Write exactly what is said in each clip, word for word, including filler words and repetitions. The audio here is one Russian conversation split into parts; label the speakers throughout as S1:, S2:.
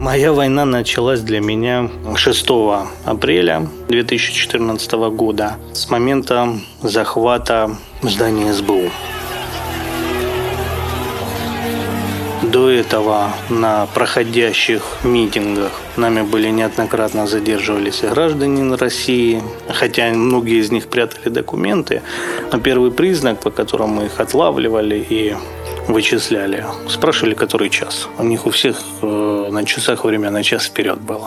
S1: Моя война началась для меня шестого апреля две тысячи четырнадцатого года с момента захвата здания эс бэ у. До этого на проходящих митингах нами были неоднократно задерживались граждане России, хотя многие из них прятали документы. Но первый признак, по которому мы их отлавливали и вычисляли, спрашивали, который час. У них у всех э, на часах время на час вперед было.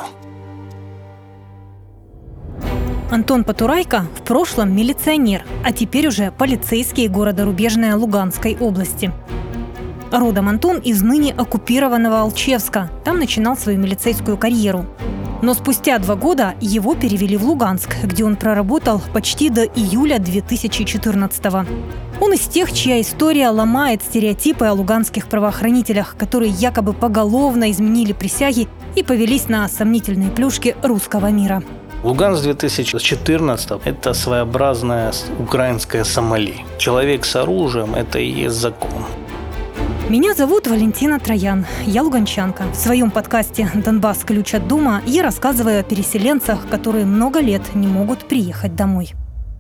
S2: Антон Потурайко в прошлом милиционер, а теперь уже полицейский города Рубежная Луганской области. Родом Антон из ныне оккупированного Алчевска. Там начинал свою милицейскую карьеру. Но спустя два года его перевели в Луганск, где он проработал почти до июля две тысячи четырнадцатого. Он из тех, чья история ломает стереотипы о луганских правоохранителях, которые якобы поголовно изменили присяги и повелись на сомнительные плюшки русского мира.
S1: Луганск две тысячи четырнадцатого – это своеобразная украинская Сомали. Человек с оружием – это и есть закон.
S2: Меня зовут Валентина Троян. Я луганчанка. В своем подкасте «Донбасс. Ключ от дома» я рассказываю о переселенцах, которые много лет не могут приехать домой.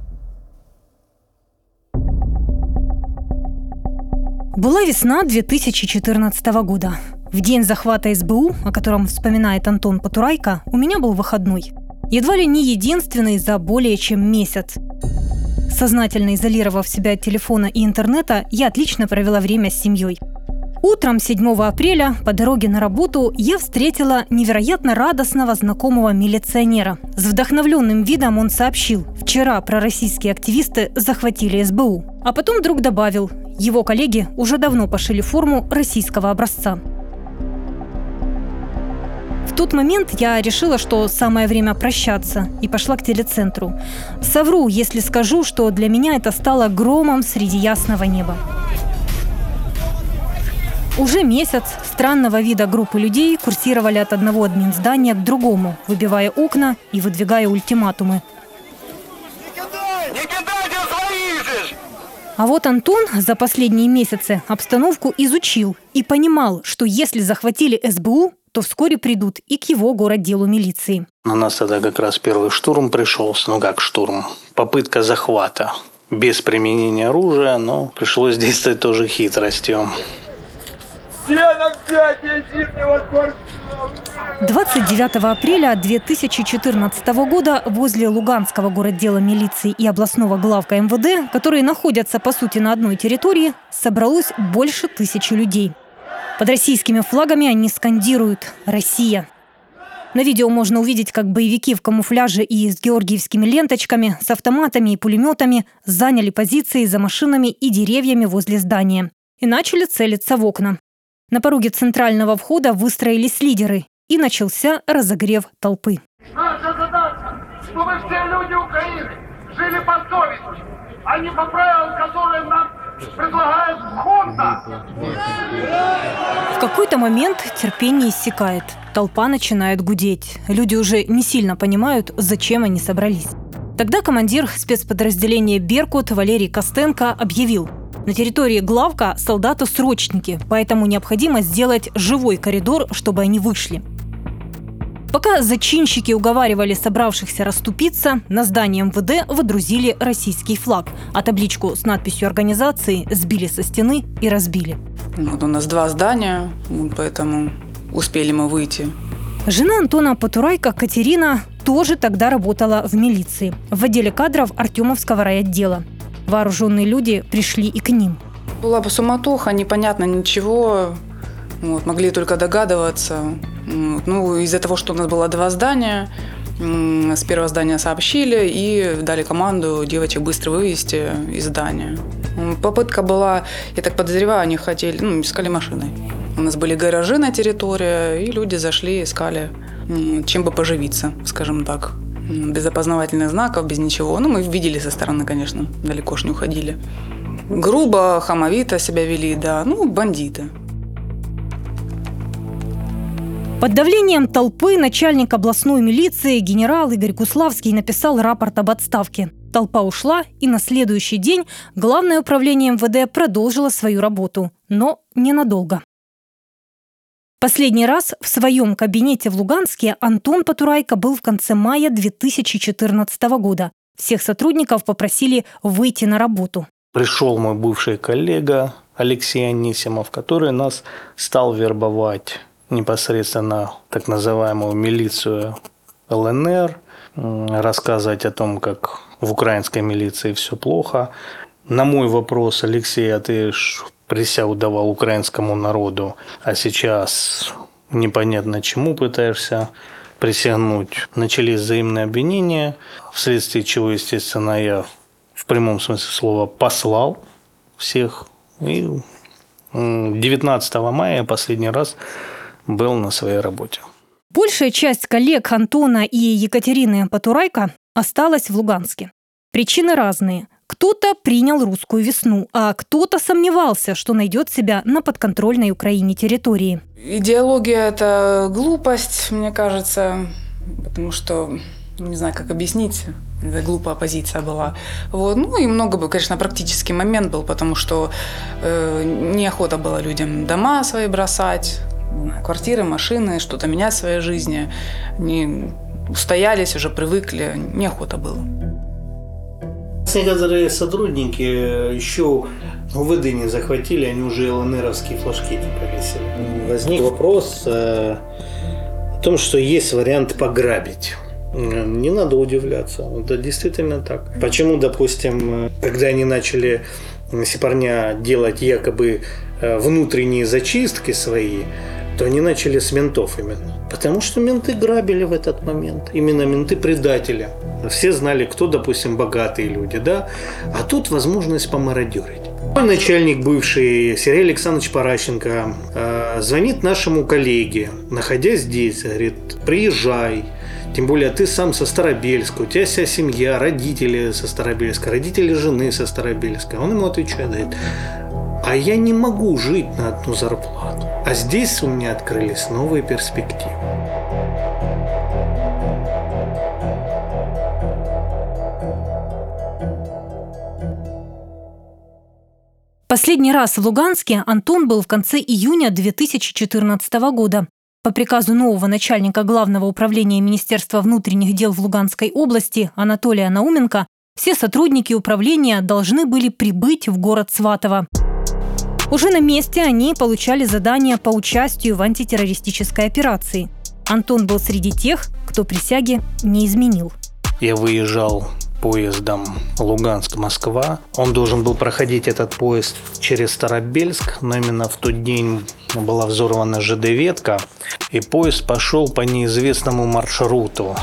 S2: Была весна две тысячи четырнадцатого года. В день захвата эс бэ у, о котором вспоминает Антон Потурайко, у меня был выходной. Едва ли не единственный за более чем месяц. Сознательно изолировав себя от телефона и интернета, я отлично провела время с семьей. Утром седьмого апреля по дороге на работу я встретила невероятно радостного знакомого милиционера. С вдохновленным видом он сообщил: вчера пророссийские активисты захватили эс бэ у. А потом вдруг добавил: его коллеги уже давно пошили форму российского образца. В тот момент я решила, что самое время прощаться, и пошла к телецентру. Совру, если скажу, что для меня это стало громом среди ясного неба. Уже месяц странного вида группы людей курсировали от одного админздания к другому, выбивая окна и выдвигая ультиматумы.
S3: Не кидай! Не кидайте свои же!
S2: А вот Антон за последние месяцы обстановку изучил и понимал, что если захватили эс бэ у, то вскоре придут и к его городделу милиции.
S1: На нас тогда как раз первый штурм пришелся. Ну как штурм? Попытка захвата. Без применения оружия, но пришлось действовать тоже хитростью.
S2: двадцать девятого апреля две тысячи четырнадцатого года возле Луганского городдела милиции и областного главка эм вэ дэ, которые находятся по сути на одной территории, собралось больше тысячи людей. Под российскими флагами они скандируют «Россия». На видео можно увидеть, как боевики в камуфляже и с георгиевскими ленточками, с автоматами и пулеметами заняли позиции за машинами и деревьями возле здания и начали целиться в окна. На пороге центрального входа выстроились лидеры, и начался разогрев толпы.
S3: Наша задача, чтобы все люди Украины жили по совести, а не по правилам, которые нам предлагает хунта.
S2: В какой-то момент терпение иссякает. Толпа начинает гудеть. Люди уже не сильно понимают, зачем они собрались. Тогда командир спецподразделения «Беркут» Валерий Костенко объявил: на территории главка солдаты-срочники, поэтому необходимо сделать живой коридор, чтобы они вышли. Пока зачинщики уговаривали собравшихся расступиться, на здание эм вэ дэ водрузили российский флаг, а табличку с надписью организации сбили со стены и разбили.
S4: Вот у нас два здания, поэтому успели мы выйти.
S2: Жена Антона Потурайко, Катерина, тоже тогда работала в милиции, в отделе кадров Артемовского райотдела. Вооруженные люди пришли и к ним.
S4: Была бы суматоха, непонятно ничего, вот, могли только догадываться. Вот, ну, из-за того, что у нас было два здания, с первого здания сообщили и дали команду девочек быстро вывести из здания. Попытка была, я так подозреваю, они хотели, ну, искали машины. У нас были гаражи на территории, и люди зашли, искали, чем бы поживиться, скажем так. Без опознавательных знаков, без ничего. Ну, мы видели со стороны, конечно, далеко ж не уходили. Грубо, хамовито себя вели, да, ну, бандиты.
S2: Под давлением толпы начальник областной милиции генерал Игорь Куславский написал рапорт об отставке. Толпа ушла, и на следующий день Главное управление эм вэ дэ продолжило свою работу, но ненадолго. Последний раз в своем кабинете в Луганске Антон Потурайко был в конце мая две тысячи четырнадцатого года. Всех сотрудников попросили выйти на работу.
S1: Пришел мой бывший коллега Алексей Анисимов, который нас стал вербовать непосредственно так называемую милицию эл эн эр, рассказывать о том, как в украинской милиции все плохо. На мой вопрос: Алексей, а ты ж присягу давал украинскому народу, а сейчас непонятно чему пытаешься присягнуть. Начались взаимные обвинения, вследствие чего, естественно, я в прямом смысле слова послал всех. И девятнадцатого мая последний раз был на своей работе.
S2: Большая часть коллег Антона и Екатерины Потурайко осталась в Луганске. Причины разные. Кто-то принял русскую весну, а кто-то сомневался, что найдет себя на подконтрольной Украине территории.
S4: Идеология – это глупость, мне кажется, потому что, не знаю, как объяснить, это глупая позиция была. Вот. Ну и много бы, конечно, практический момент был, потому что э, неохота было людям дома свои бросать, квартиры, машины, что-то менять в своей жизни. Они устоялись, уже привыкли, неохота было.
S1: Некоторые сотрудники еще в ВД захватили, они уже эл эн эровские флажки не повесили. Возник вопрос о том, что есть вариант пограбить. Не надо удивляться, это действительно так. Почему, допустим, когда они начали сепарня делать якобы внутренние зачистки свои, то они начали с ментов именно. Потому что менты грабили в этот момент. Именно менты-предатели. Все знали, кто, допустим, богатые люди, да? А тут возможность помародерить. Мой начальник бывший, Сергей Александрович Паращенко, звонит нашему коллеге, находясь здесь, говорит: приезжай. Тем более ты сам со Старобельска, у тебя вся семья, родители со Старобельска, родители жены со Старобельска. Он ему отвечает, говорит: а я не могу жить на одну зарплату. А здесь у меня открылись новые перспективы.
S2: Последний раз в Луганске Антон был в конце июня две тысячи четырнадцатого года. По приказу нового начальника Главного управления Министерства внутренних дел в Луганской области Анатолия Науменко все сотрудники управления должны были прибыть в город Сватово. Уже на месте они получали задания по участию в антитеррористической операции. Антон был среди тех, кто присяги не изменил.
S1: Я выезжал поездом Луганск-Москва. Он должен был проходить этот поезд через Старобельск, но именно в тот день была взорвана жэ дэ-ветка, и поезд пошел по неизвестному маршруту.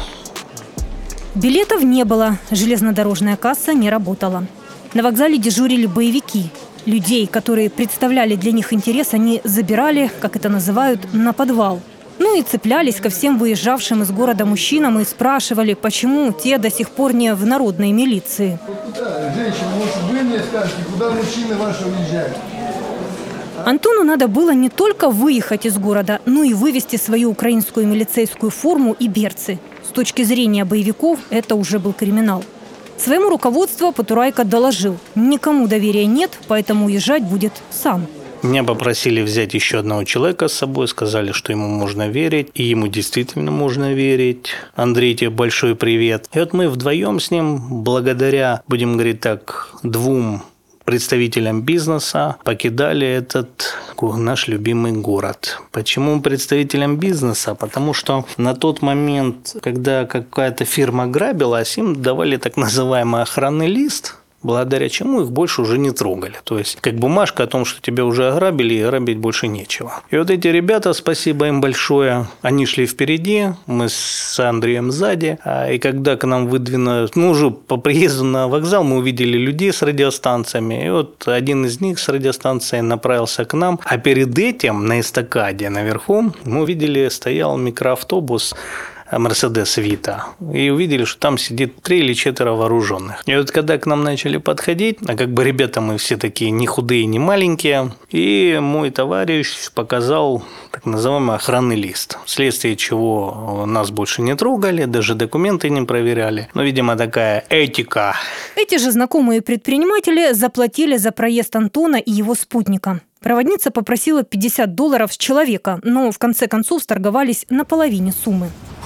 S2: Билетов не было, железнодорожная касса не работала. На вокзале дежурили боевики. Людей, которые представляли для них интерес, они забирали, как это называют, на подвал. Ну и цеплялись ко всем выезжавшим из города мужчинам и спрашивали, почему те до сих пор не в народной милиции.
S5: Куда, женщина, может, вы мне скажете, куда мужчины ваши уезжают?
S2: Антону надо было не только выехать из города, но и вывести свою украинскую милицейскую форму и берцы. С точки зрения боевиков это уже был криминал. Своему руководству Потурайко доложил: никому доверия нет, поэтому уезжать будет сам.
S1: Меня попросили взять еще одного человека с собой, сказали, что ему можно верить, и ему действительно можно верить. Андрей, тебе большой привет. И вот мы вдвоем с ним, благодаря, будем говорить так, двум представителям бизнеса, покидали этот наш любимый город. Почему представителям бизнеса? Потому что на тот момент, когда какая-то фирма грабилась, им давали так называемый охранный лист, благодаря чему их больше уже не трогали. То есть, как бумажка о том, что тебя уже ограбили, и грабить больше нечего. И вот эти ребята, спасибо им большое, они шли впереди, мы с Андреем сзади. И когда к нам выдвинули, ну, уже по приезду на вокзал, мы увидели людей с радиостанциями. И вот один из них с радиостанцией направился к нам. А перед этим на эстакаде наверху мы увидели, стоял микроавтобус Мерседес Вита, и увидели, что там сидит три или четверо вооруженных. И вот когда к нам начали подходить, а как бы ребята мы все такие не худые, не маленькие, и мой товарищ показал так называемый охранный лист, вследствие чего нас больше не трогали, даже документы не проверяли. Но, видимо, такая этика.
S2: Эти же знакомые предприниматели заплатили за проезд Антона и его спутника. Проводница попросила пятьдесят долларов с человека, но в конце концов сторговались на половине суммы.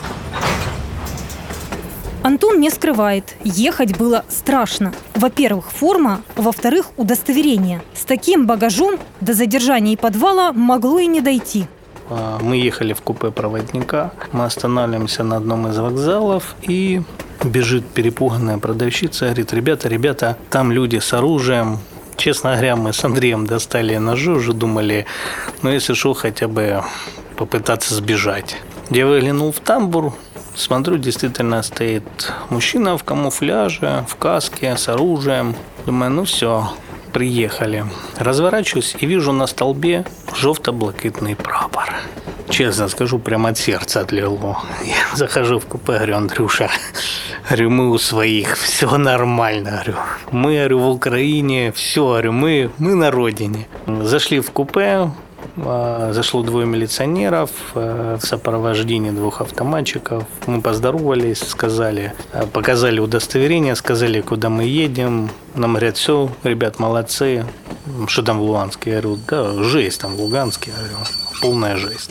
S2: Антон не скрывает, ехать было страшно. Во-первых, форма, во-вторых, удостоверение. С таким багажом до задержания и подвала могло и не дойти.
S1: Мы ехали в купе проводника, мы останавливаемся на одном из вокзалов, и бежит перепуганная продавщица, говорит: ребята, ребята, там люди с оружием. Честно говоря, мы с Андреем достали ножи, уже думали, ну если что, хотя бы попытаться сбежать. Я выглянул в тамбур, смотрю, действительно стоит мужчина в камуфляже, в каске, с оружием. Думаю, ну все, приехали. Разворачиваюсь и вижу на столбе жовто-блакитный прапор. Честно скажу, прямо от сердца отлегло. Я захожу в купе, говорю: Андрюша, говорю, мы у своих, все нормально, говорю. Мы, говорю, в Украине, все, говорю, мы, мы на родине. Зашли в купе, зашло двое милиционеров в сопровождении двух автоматчиков. Мы поздоровались, сказали, показали удостоверение, сказали, куда мы едем. Нам говорят: все, ребят, молодцы. Что там в Луганске? Я говорю: да, жесть там в Луганске. Я говорю, полная жесть.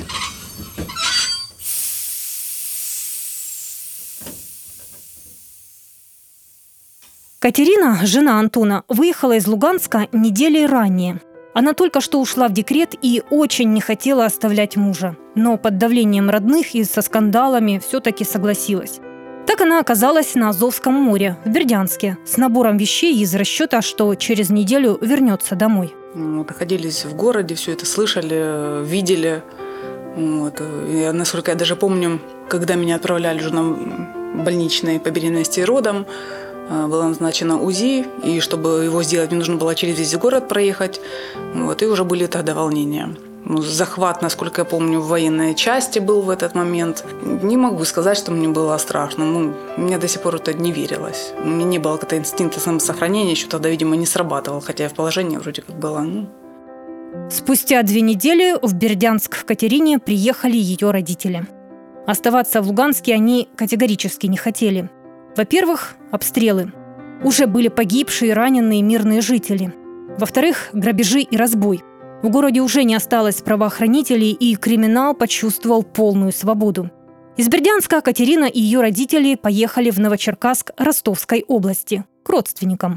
S2: Катерина, жена Антона, выехала из Луганска недели ранее. Она только что ушла в декрет и очень не хотела оставлять мужа. Но под давлением родных и со скандалами все-таки согласилась. Так она оказалась на Азовском море, в Бердянске, с набором вещей из расчета, что через неделю вернется домой.
S4: Вот, находились в городе, все это слышали, видели. Вот. И, насколько я даже помню, когда меня отправляли уже на больничной по беременности и родам, было назначено УЗИ, и чтобы его сделать, мне нужно было через весь город проехать. Вот, и уже были тогда волнения. Ну, захват, насколько я помню, в военной части был в этот момент. Не могу сказать, что мне было страшно. Ну, мне до сих пор это не верилось. У меня не было какого-то инстинкта самосохранения, еще тогда, видимо, не срабатывал, хотя я в положении вроде как была. Ну.
S2: Спустя две недели в Бердянск к Катерине приехали ее родители. Оставаться в Луганске они категорически не хотели. Во-первых, обстрелы. Уже были погибшие и раненые мирные жители. Во-вторых, грабежи и разбой. В городе уже не осталось правоохранителей, и криминал почувствовал полную свободу. Из Бердянска Катерина и ее родители поехали в Новочеркасск Ростовской области к родственникам.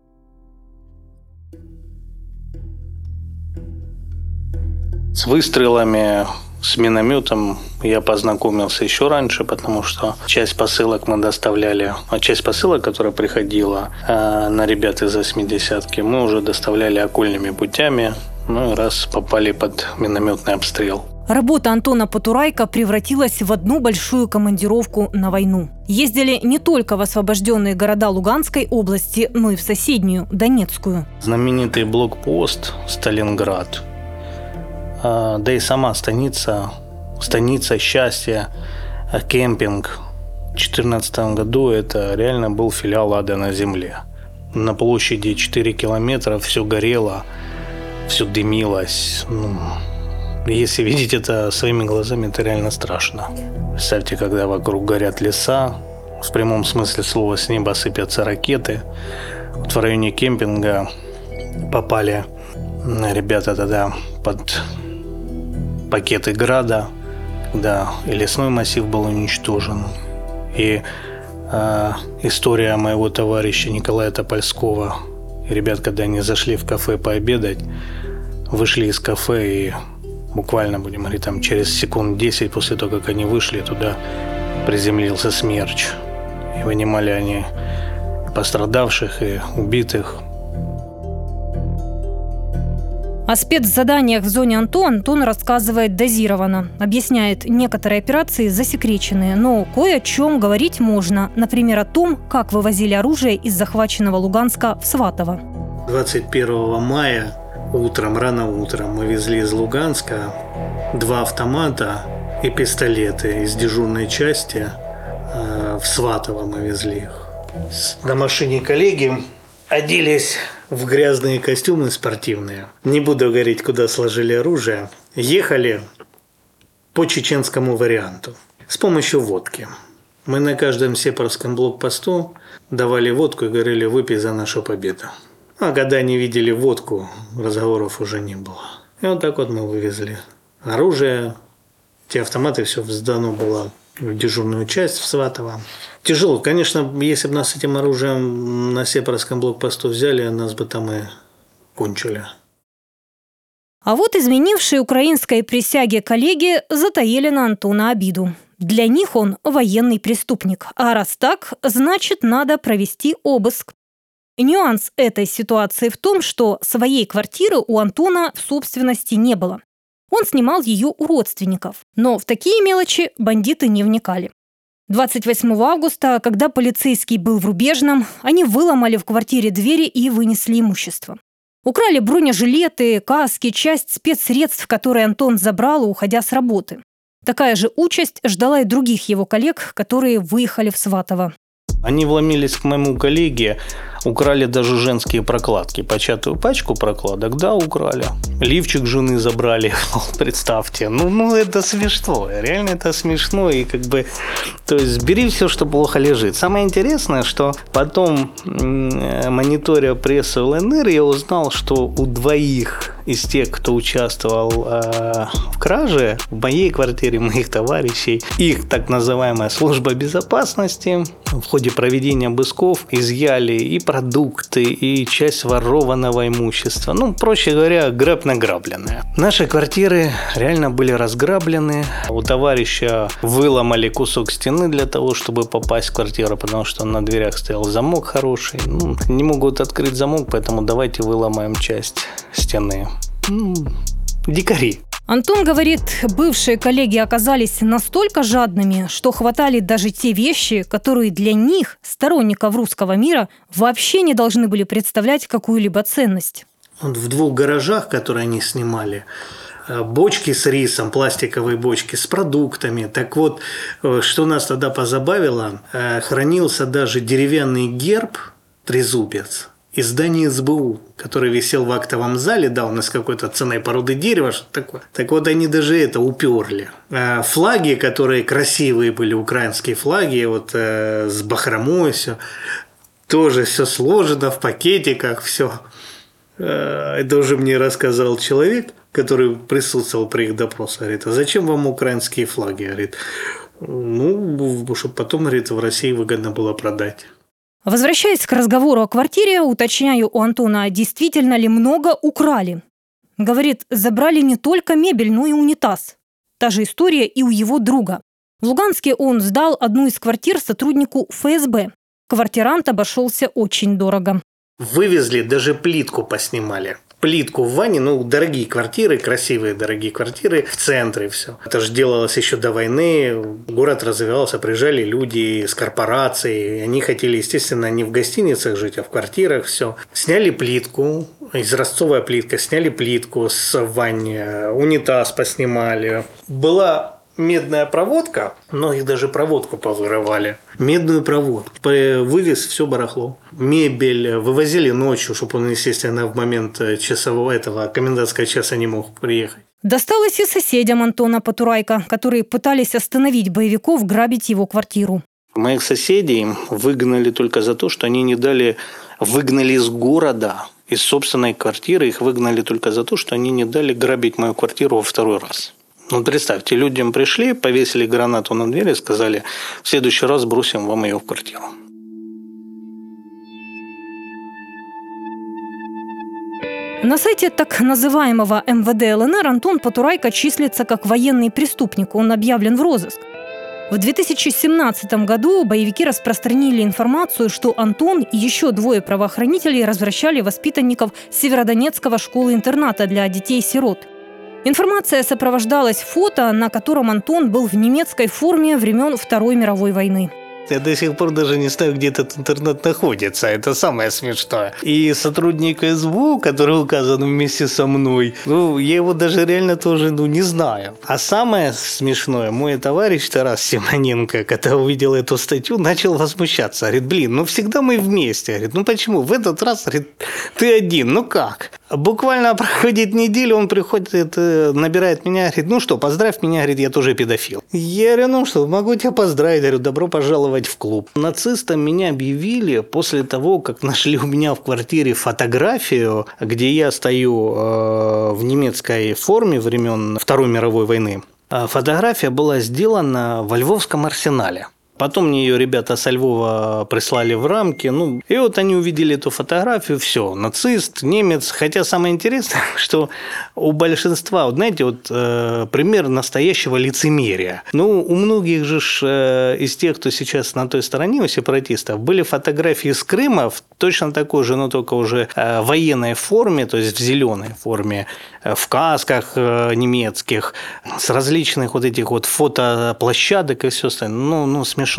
S1: С выстрелами, с минометом я познакомился еще раньше, потому что часть посылок мы доставляли, а часть посылок, которая приходила э, на ребят из восьмидесятки, мы уже доставляли окольными путями, ну и раз попали под минометный обстрел.
S2: Работа Антона Потурайко превратилась в одну большую командировку на войну. Ездили не только в освобожденные города Луганской области, но и в соседнюю, Донецкую.
S1: Знаменитый блокпост Сталинград, э, да и сама станица, станица счастья, кемпинг. В две тысячи четырнадцатом году это реально был филиал ада на земле. На площади четыре километра все горело, все дымилось. Ну, если видеть это своими глазами, это реально страшно. Представьте, когда вокруг горят леса, в прямом смысле слова с неба сыпятся ракеты. Вот в районе кемпинга попали ребята тогда под пакеты града, когда и лесной массив был уничтожен. И э, история моего товарища Николая Топольского. И ребят, когда они зашли в кафе пообедать, вышли из кафе и буквально, будем говорить, там через секунд десять после того, как они вышли, туда приземлился смерч. И вынимали они пострадавших и убитых.
S2: О спецзаданиях в зоне АНТО Антон рассказывает дозированно. Объясняет, некоторые операции засекреченные, но кое о чем говорить можно. Например, о том, как вывозили оружие из захваченного Луганска в Сватово.
S1: двадцать первого мая утром, рано утром мы везли из Луганска два автомата и пистолеты из дежурной части. В Сватово мы везли их. На машине коллеги оделись в грязные костюмы спортивные. Не буду говорить, куда сложили оружие. Ехали по чеченскому варианту с помощью водки. Мы на каждом сепаровском блокпосту давали водку и говорили: выпей за нашу победу. А когда они видели водку, разговоров уже не было. И вот так вот мы вывезли оружие, те автоматы, все сдано было в дежурную часть в Сватово. Тяжело. Конечно, если бы нас с этим оружием на Сепарском блокпосту взяли, нас бы там и кончили.
S2: А вот изменившие украинской присяге коллеги затаили на Антона обиду. Для них он военный преступник. А раз так, значит, надо провести обыск. Нюанс этой ситуации в том, что своей квартиры у Антона в собственности не было. Он снимал ее у родственников. Но в такие мелочи бандиты не вникали. двадцать восьмого августа, когда полицейский был в Рубежном, они выломали в квартире двери и вынесли имущество. Украли бронежилеты, каски, часть спецсредств, которые Антон забрал, уходя с работы. Такая же участь ждала и других его коллег, которые выехали в Сватово.
S1: Они вломились к моему коллеге, украли даже женские прокладки. Початую пачку прокладок, да, украли. Лифчик жены забрали, представьте. Ну, ну, это смешно, реально это смешно. И как бы, то есть, бери все, что плохо лежит. Самое интересное, что потом, мониторя прессу ЛНР, я узнал, что у двоих из тех, кто участвовал э, в краже, в моей квартире, моих товарищей, их так называемая служба безопасности в ходе проведения обысков изъяли и продукты, и часть ворованного имущества. Ну, проще говоря, граб награбленное. Наши квартиры реально были разграблены. У товарища выломали кусок стены для того, чтобы попасть в квартиру, потому что на дверях стоял замок хороший. Ну, не могут открыть замок, поэтому давайте выломаем часть стены. Ну, дикари.
S2: Антон говорит, бывшие коллеги оказались настолько жадными, что хватали даже те вещи, которые для них, сторонников русского мира, вообще не должны были представлять какую-либо ценность.
S1: Вот в двух гаражах, которые они снимали, бочки с рисом, пластиковые бочки с продуктами. Так вот, что нас тогда позабавило, хранился даже деревянный герб «Трезубец» из здания эс бэ у, который висел в актовом зале, да, у нас какой-то ценной породы дерева, что такое. Так вот, они даже это уперли. Флаги, которые красивые были, украинские флаги, вот с бахромой все, тоже все сложено в пакетиках, все. Это уже мне рассказал человек, который присутствовал при их допросе. Говорит, а зачем вам украинские флаги? Говорит, ну, чтобы потом, говорит, в России выгодно было продать.
S2: Возвращаясь к разговору о квартире, уточняю у Антона, действительно ли много украли. Говорит, забрали не только мебель, но и унитаз. Та же история и у его друга. В Луганске он сдал одну из квартир сотруднику эф эс бэ. Квартирант обошелся очень дорого.
S1: Вывезли, даже плитку поснимали. Плитку в ванне, ну, дорогие квартиры, красивые дорогие квартиры в центре все. Это же делалось еще до войны, город развивался, приезжали люди с корпораций, они хотели, естественно, не в гостиницах жить, а в квартирах, все. Сняли плитку, изразцовая плитка, сняли плитку с ванны, унитаз поснимали. Была медная проводка, многих даже проводку повырывали. Медную проводку. Вывез все барахло. Мебель вывозили ночью, чтобы он, естественно, в момент часового этого комендантского часа не мог приехать.
S2: Досталось и соседям Антона Потурайко, которые пытались остановить боевиков грабить его квартиру.
S1: Моих соседей выгнали только за то, что они не дали, выгнали из города, из собственной квартиры, их выгнали только за то, что они не дали грабить мою квартиру во второй раз. Ну, представьте, людям пришли, повесили гранату на дверь и сказали, в следующий раз бросим вам ее в квартиру.
S2: На сайте так называемого эм вэ дэ эл эн эр Антон Потурайко числится как военный преступник, он объявлен в розыск. В две тысячи семнадцатом году боевики распространили информацию, что Антон и еще двое правоохранителей развращали воспитанников Северодонецкого школы-интерната для детей-сирот. Информация сопровождалась фото, на котором Антон был в немецкой форме времен Второй мировой войны.
S1: Я до сих пор даже не знаю, где этот интернет находится. Это самое смешное. И сотрудник эс бэ у, который указан вместе со мной, ну, я его даже реально тоже ну, не знаю. А самое смешное, мой товарищ Тарас Симоненко, когда увидел эту статью, начал возмущаться. Говорит, блин, ну всегда мы вместе. Говорит, ну почему? В этот раз, говорит, ты один, ну как? Буквально проходит неделя, он приходит, набирает меня, говорит, ну что, поздравь меня, говорит, я тоже педофил. Я говорю, ну что, могу тебя поздравить, говорю, добро пожаловать в клуб. Нацистам меня объявили после того, как нашли у меня в квартире фотографию, где я стою э, в немецкой форме времен Второй мировой войны. Фотография была сделана во Львовском арсенале. Потом мне ее ребята со Львова прислали в рамки. Ну, и вот они увидели эту фотографию, все, нацист, немец. Хотя самое интересное, что у большинства, вот знаете, вот э, пример настоящего лицемерия. Ну, у многих же ж, э, из тех, кто сейчас на той стороне, у сепаратистов, были фотографии с Крыма в точно такой же, но только уже э, военной форме, то есть в зеленой форме, э, в касках э, немецких, с различных вот этих вот фотоплощадок и все остальное. Ну, ну, смешно.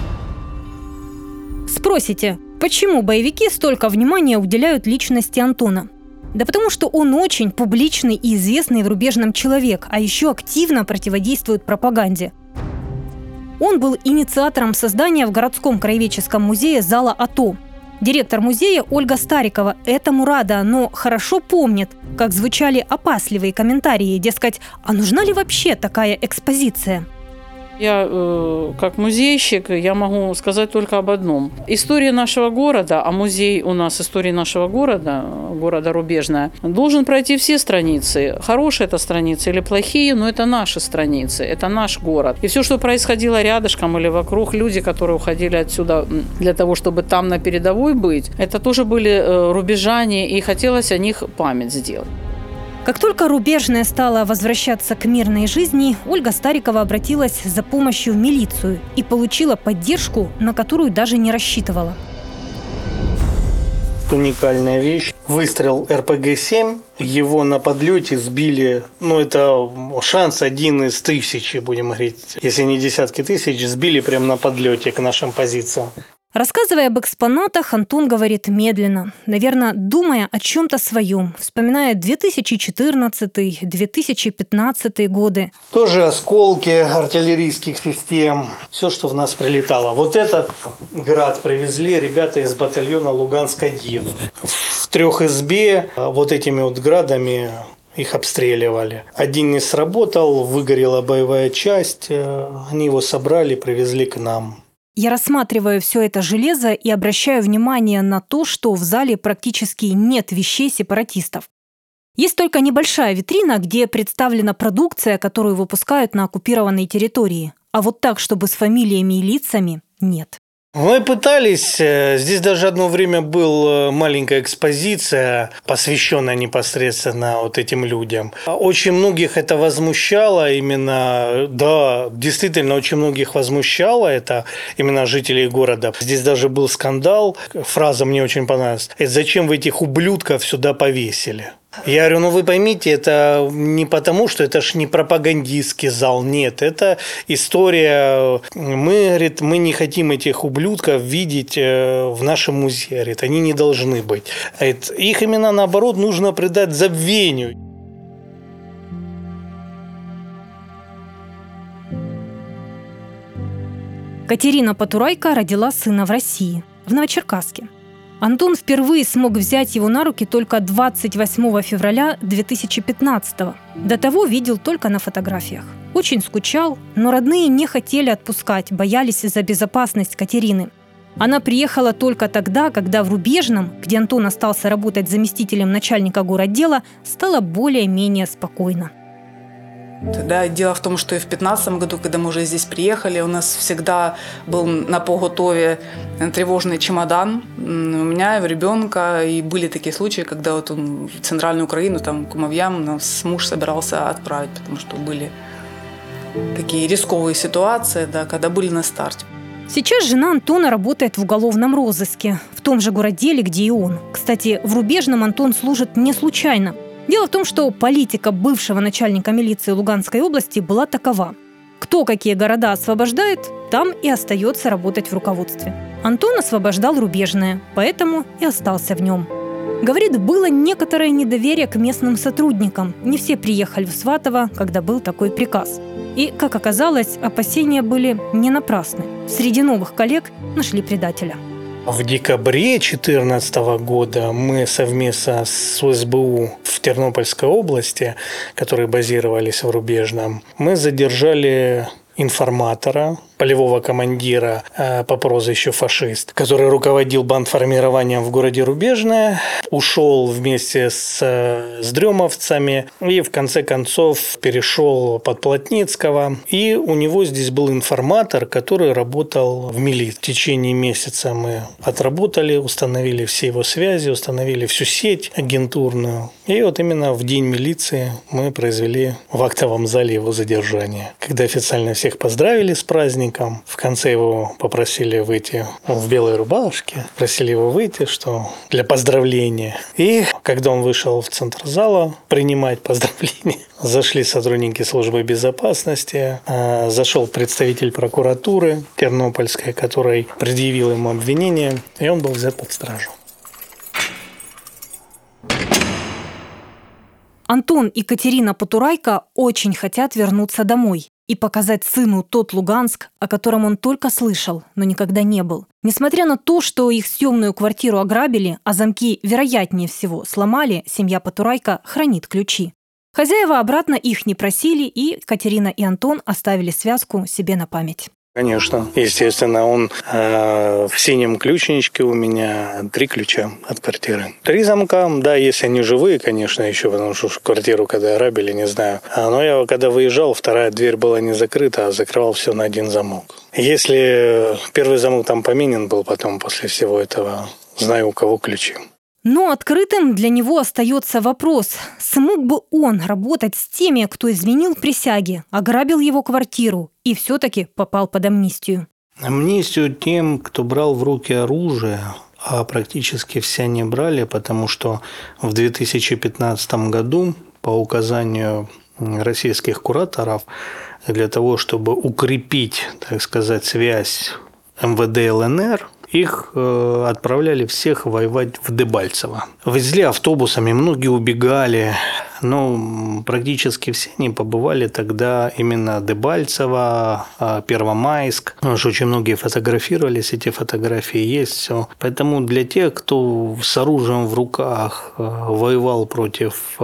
S2: Спросите, почему боевики столько внимания уделяют личности Антона? Да потому что он очень публичный и известный в рубежном человек, а еще активно противодействует пропаганде. Он был инициатором создания в городском краеведческом музее зала АТО. Директор музея Ольга Старикова этому рада, но хорошо помнит, как звучали опасливые комментарии, дескать, а нужна ли вообще такая экспозиция?
S6: Я, э, как музейщик, я могу сказать только об одном. История нашего города, а музей у нас истории нашего города, города Рубежная, должен пройти все страницы. Хорошие это страницы или плохие, но это наши страницы, это наш город. И все, что происходило рядышком или вокруг, люди, которые уходили отсюда для того, чтобы там на передовой быть, это тоже были э, рубежане, и хотелось о них память сделать.
S2: Как только Рубежная стала возвращаться к мирной жизни, Ольга Старикова обратилась за помощью в милицию и получила поддержку, на которую даже не рассчитывала.
S1: Уникальная вещь. Выстрел эр пэ гэ семь, его на подлете сбили, ну это шанс один из тысячи, будем говорить, если не десятки тысяч, сбили прямо на подлете к нашим позициям.
S2: Рассказывая об экспонатах, Антон говорит медленно, наверное, думая о чем-то своем, вспоминая две тысячи четырнадцатый - две тысячи пятнадцатый годы.
S1: Тоже осколки артиллерийских систем, все, что в нас прилетало. Вот этот град привезли ребята из батальона Луганск-один. В трехизбе вот этими вот градами их обстреливали. Один не сработал, выгорела боевая часть, они его собрали, привезли к нам.
S2: Я рассматриваю все это железо и обращаю внимание на то, что в зале практически нет вещей сепаратистов. Есть только небольшая витрина, где представлена продукция, которую выпускают на оккупированной территории. А вот так, чтобы с фамилиями и лицами, нет.
S1: Мы пытались, здесь даже одно время была маленькая экспозиция, посвященная непосредственно вот этим людям. Очень многих это возмущало, именно, да, действительно, очень многих возмущало это, именно жителей города. Здесь даже был скандал, фраза мне очень понравилась: «Зачем вы этих ублюдков сюда повесили?» Я говорю, ну вы поймите, это не потому, что это ж не пропагандистский зал, нет, это история, мы, говорит, мы не хотим этих ублюдков видеть в нашем музее, говорит, они не должны быть. Их именно наоборот нужно предать забвению.
S2: Катерина Потурайко родила сына в России, в Новочеркасске. Антон впервые смог взять его на руки только двадцать восьмого февраля две тысячи пятнадцатого. До того видел только на фотографиях. Очень скучал, но родные не хотели отпускать, боялись за безопасность Катерины. Она приехала только тогда, когда в Рубежном, где Антон остался работать заместителем начальника горотдела, стало более-менее спокойно.
S4: Да, дело в том, что и в пятнадцатом году, когда мы уже здесь приехали, у нас всегда был на поготове тревожный чемодан у меня и у ребенка. И были такие случаи, когда вот он в Центральную Украину, там, к кумовьям, нас муж собирался отправить, потому что были такие рисковые ситуации, да, когда были на старте.
S2: Сейчас жена Антона работает в уголовном розыске, в том же городделе, где и он. Кстати, в Рубежном Антон служит не случайно. Дело в том, что политика бывшего начальника милиции Луганской области была такова: кто какие города освобождает, там и остается работать в руководстве. Антон освобождал Рубежное, поэтому и остался в нем. Говорит, было некоторое недоверие к местным сотрудникам. Не все приехали в Сватово, когда был такой приказ. И, как оказалось, опасения были не напрасны. Среди новых коллег нашли предателя.
S1: В декабре две тысячи четырнадцатого года мы совместно с СБУ в Тернопольской области, которые базировались в Рубежном, мы задержали информатора, полевого командира э, по прозвищу «Фашист», который руководил бандформированием в городе Рубежное, ушел вместе с, с дрёмовцами и в конце концов перешел под Плотницкого. И у него здесь был информатор, который работал в милиции. В течение месяца мы отработали, установили все его связи, установили всю сеть агентурную. И вот именно в день милиции мы произвели в актовом зале его задержание. Когда официально всех поздравили с праздником, в конце его попросили выйти в белой рубашке, просили его выйти, что для поздравления. И когда он вышел в центр зала принимать поздравления, зашли сотрудники службы безопасности, зашел представитель прокуратуры Тернопольской, который предъявил ему обвинение, и он был взят под стражу.
S2: Антон и Катерина Потурайко очень хотят вернуться домой и показать сыну тот Луганск, о котором он только слышал, но никогда не был. Несмотря на то, что их съемную квартиру ограбили, а замки, вероятнее всего, сломали, семья Потурайко хранит ключи. Хозяева обратно их не просили, и Катерина и Антон оставили связку себе на память.
S1: Конечно. Естественно, он э, в синем ключничке у меня три ключа от квартиры. Три замка, да, если они живые, конечно, еще, потому что квартиру когда грабили, не знаю. Но я когда выезжал, вторая дверь была не закрыта, а закрывал все на один замок. Если первый замок там поменен был потом после всего этого, знаю, у кого ключи.
S2: Но открытым для него остается вопрос, смог бы он работать с теми, кто изменил присяге, ограбил его квартиру и все-таки попал под амнистию.
S1: Амнистию тем, кто брал в руки оружие, а практически все не брали, потому что в две тысячи пятнадцатом году по указанию российских кураторов для того, чтобы укрепить, так сказать, связь эм вэ дэ эл эн эр, их э, отправляли всех воевать в Дебальцево. Везли автобусами, многие убегали, но практически все они побывали тогда именно Дебальцево, Первомайск. Потому что очень многие фотографировались, эти фотографии есть, все. Поэтому для тех, кто с оружием в руках воевал против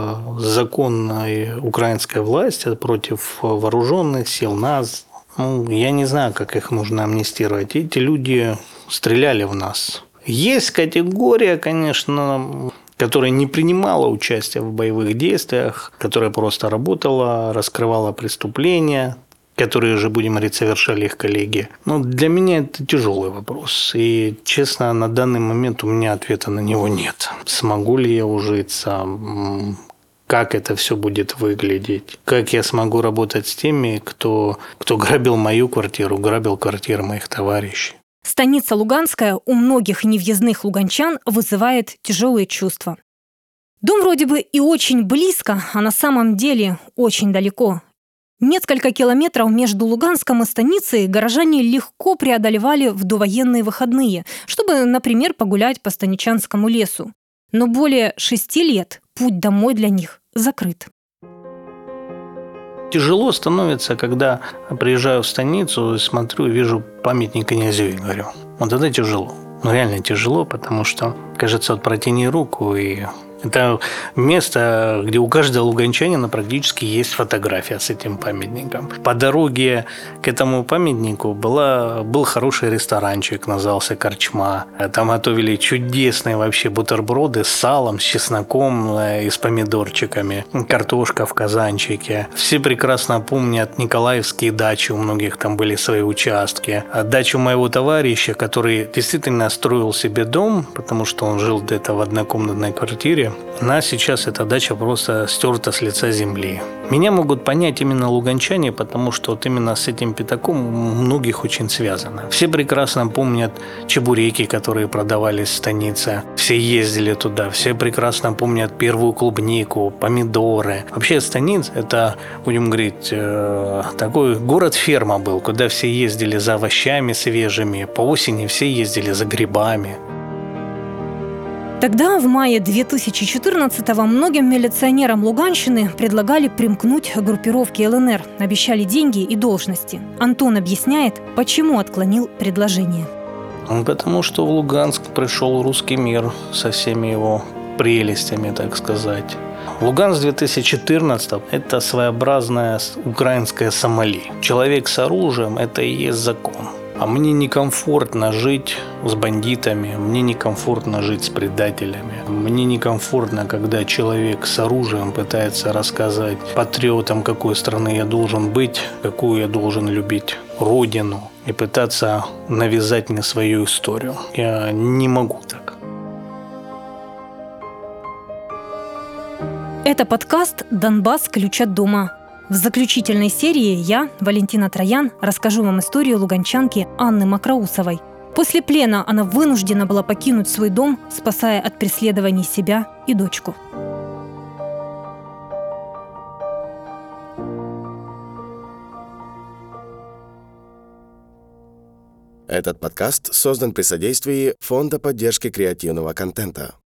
S1: законной украинской власти, против вооруженных сил, нас, ну, я не знаю, как их нужно амнистировать. Эти люди стреляли в нас. Есть категория, конечно, которая не принимала участия в боевых действиях, которая просто работала, раскрывала преступления, которые же, будем говорить, совершали их коллеги. Но для меня это тяжелый вопрос. И, честно, на данный момент у меня ответа на него нет. Смогу ли я ужиться? Как это все будет выглядеть? Как я смогу работать с теми, кто, кто грабил мою квартиру, грабил квартиры моих товарищей?
S2: Станица Луганская у многих невъездных луганчан вызывает тяжелые чувства. Дом вроде бы и очень близко, а на самом деле очень далеко. Несколько километров между Луганском и станицей горожане легко преодолевали в довоенные выходные, чтобы, например, погулять по станичанскому лесу. Но более шести лет путь домой для них закрыт.
S1: Тяжело становится, когда приезжаю в станицу, смотрю, вижу памятник князю Игорю. Вот это тяжело. Ну, реально тяжело, потому что, кажется, вот протяни руку, и это место, где у каждого луганчанина практически есть фотография с этим памятником. По дороге к этому памятнику была, был хороший ресторанчик, назывался «Корчма». Там готовили чудесные вообще бутерброды с салом, с чесноком и с помидорчиками. Картошка в казанчике. Все прекрасно помнят николаевские дачи, у многих там были свои участки. Дачу моего товарища, который действительно строил себе дом, потому что он жил где-то в однокомнатной квартире. У нас сейчас эта дача просто стерта с лица земли. Меня могут понять именно луганчане, потому что вот именно с этим пятаком у многих очень связано. Все прекрасно помнят чебуреки, которые продавались в станице. Все ездили туда. Все прекрасно помнят первую клубнику, помидоры. Вообще станица – это, будем говорить, такой город-ферма был, куда все ездили за овощами свежими. По осени все ездили за грибами.
S2: Тогда, в мае две тысячи четырнадцатого, многим милиционерам Луганщины предлагали примкнуть к группировке эл эн эр, обещали деньги и должности. Антон объясняет, почему отклонил предложение.
S1: Потому что в Луганск пришел русский мир со всеми его прелестями, так сказать. Луганск две тысячи четырнадцатого – это своеобразная украинская Сомали. Человек с оружием – это и есть закон. А мне некомфортно жить с бандитами, мне некомфортно жить с предателями. Мне некомфортно, когда человек с оружием пытается рассказать патриотам, какой страны я должен быть, какую я должен любить родину, и пытаться навязать мне свою историю. Я не могу так.
S2: Это подкаст «Донбасс. Ключ от дома». В заключительной серии я, Валентина Троян, расскажу вам историю луганчанки Анны Макроусовой. После плена она вынуждена была покинуть свой дом, спасая от преследований себя и дочку.
S7: Этот подкаст создан при содействии Фонда поддержки креативного контента.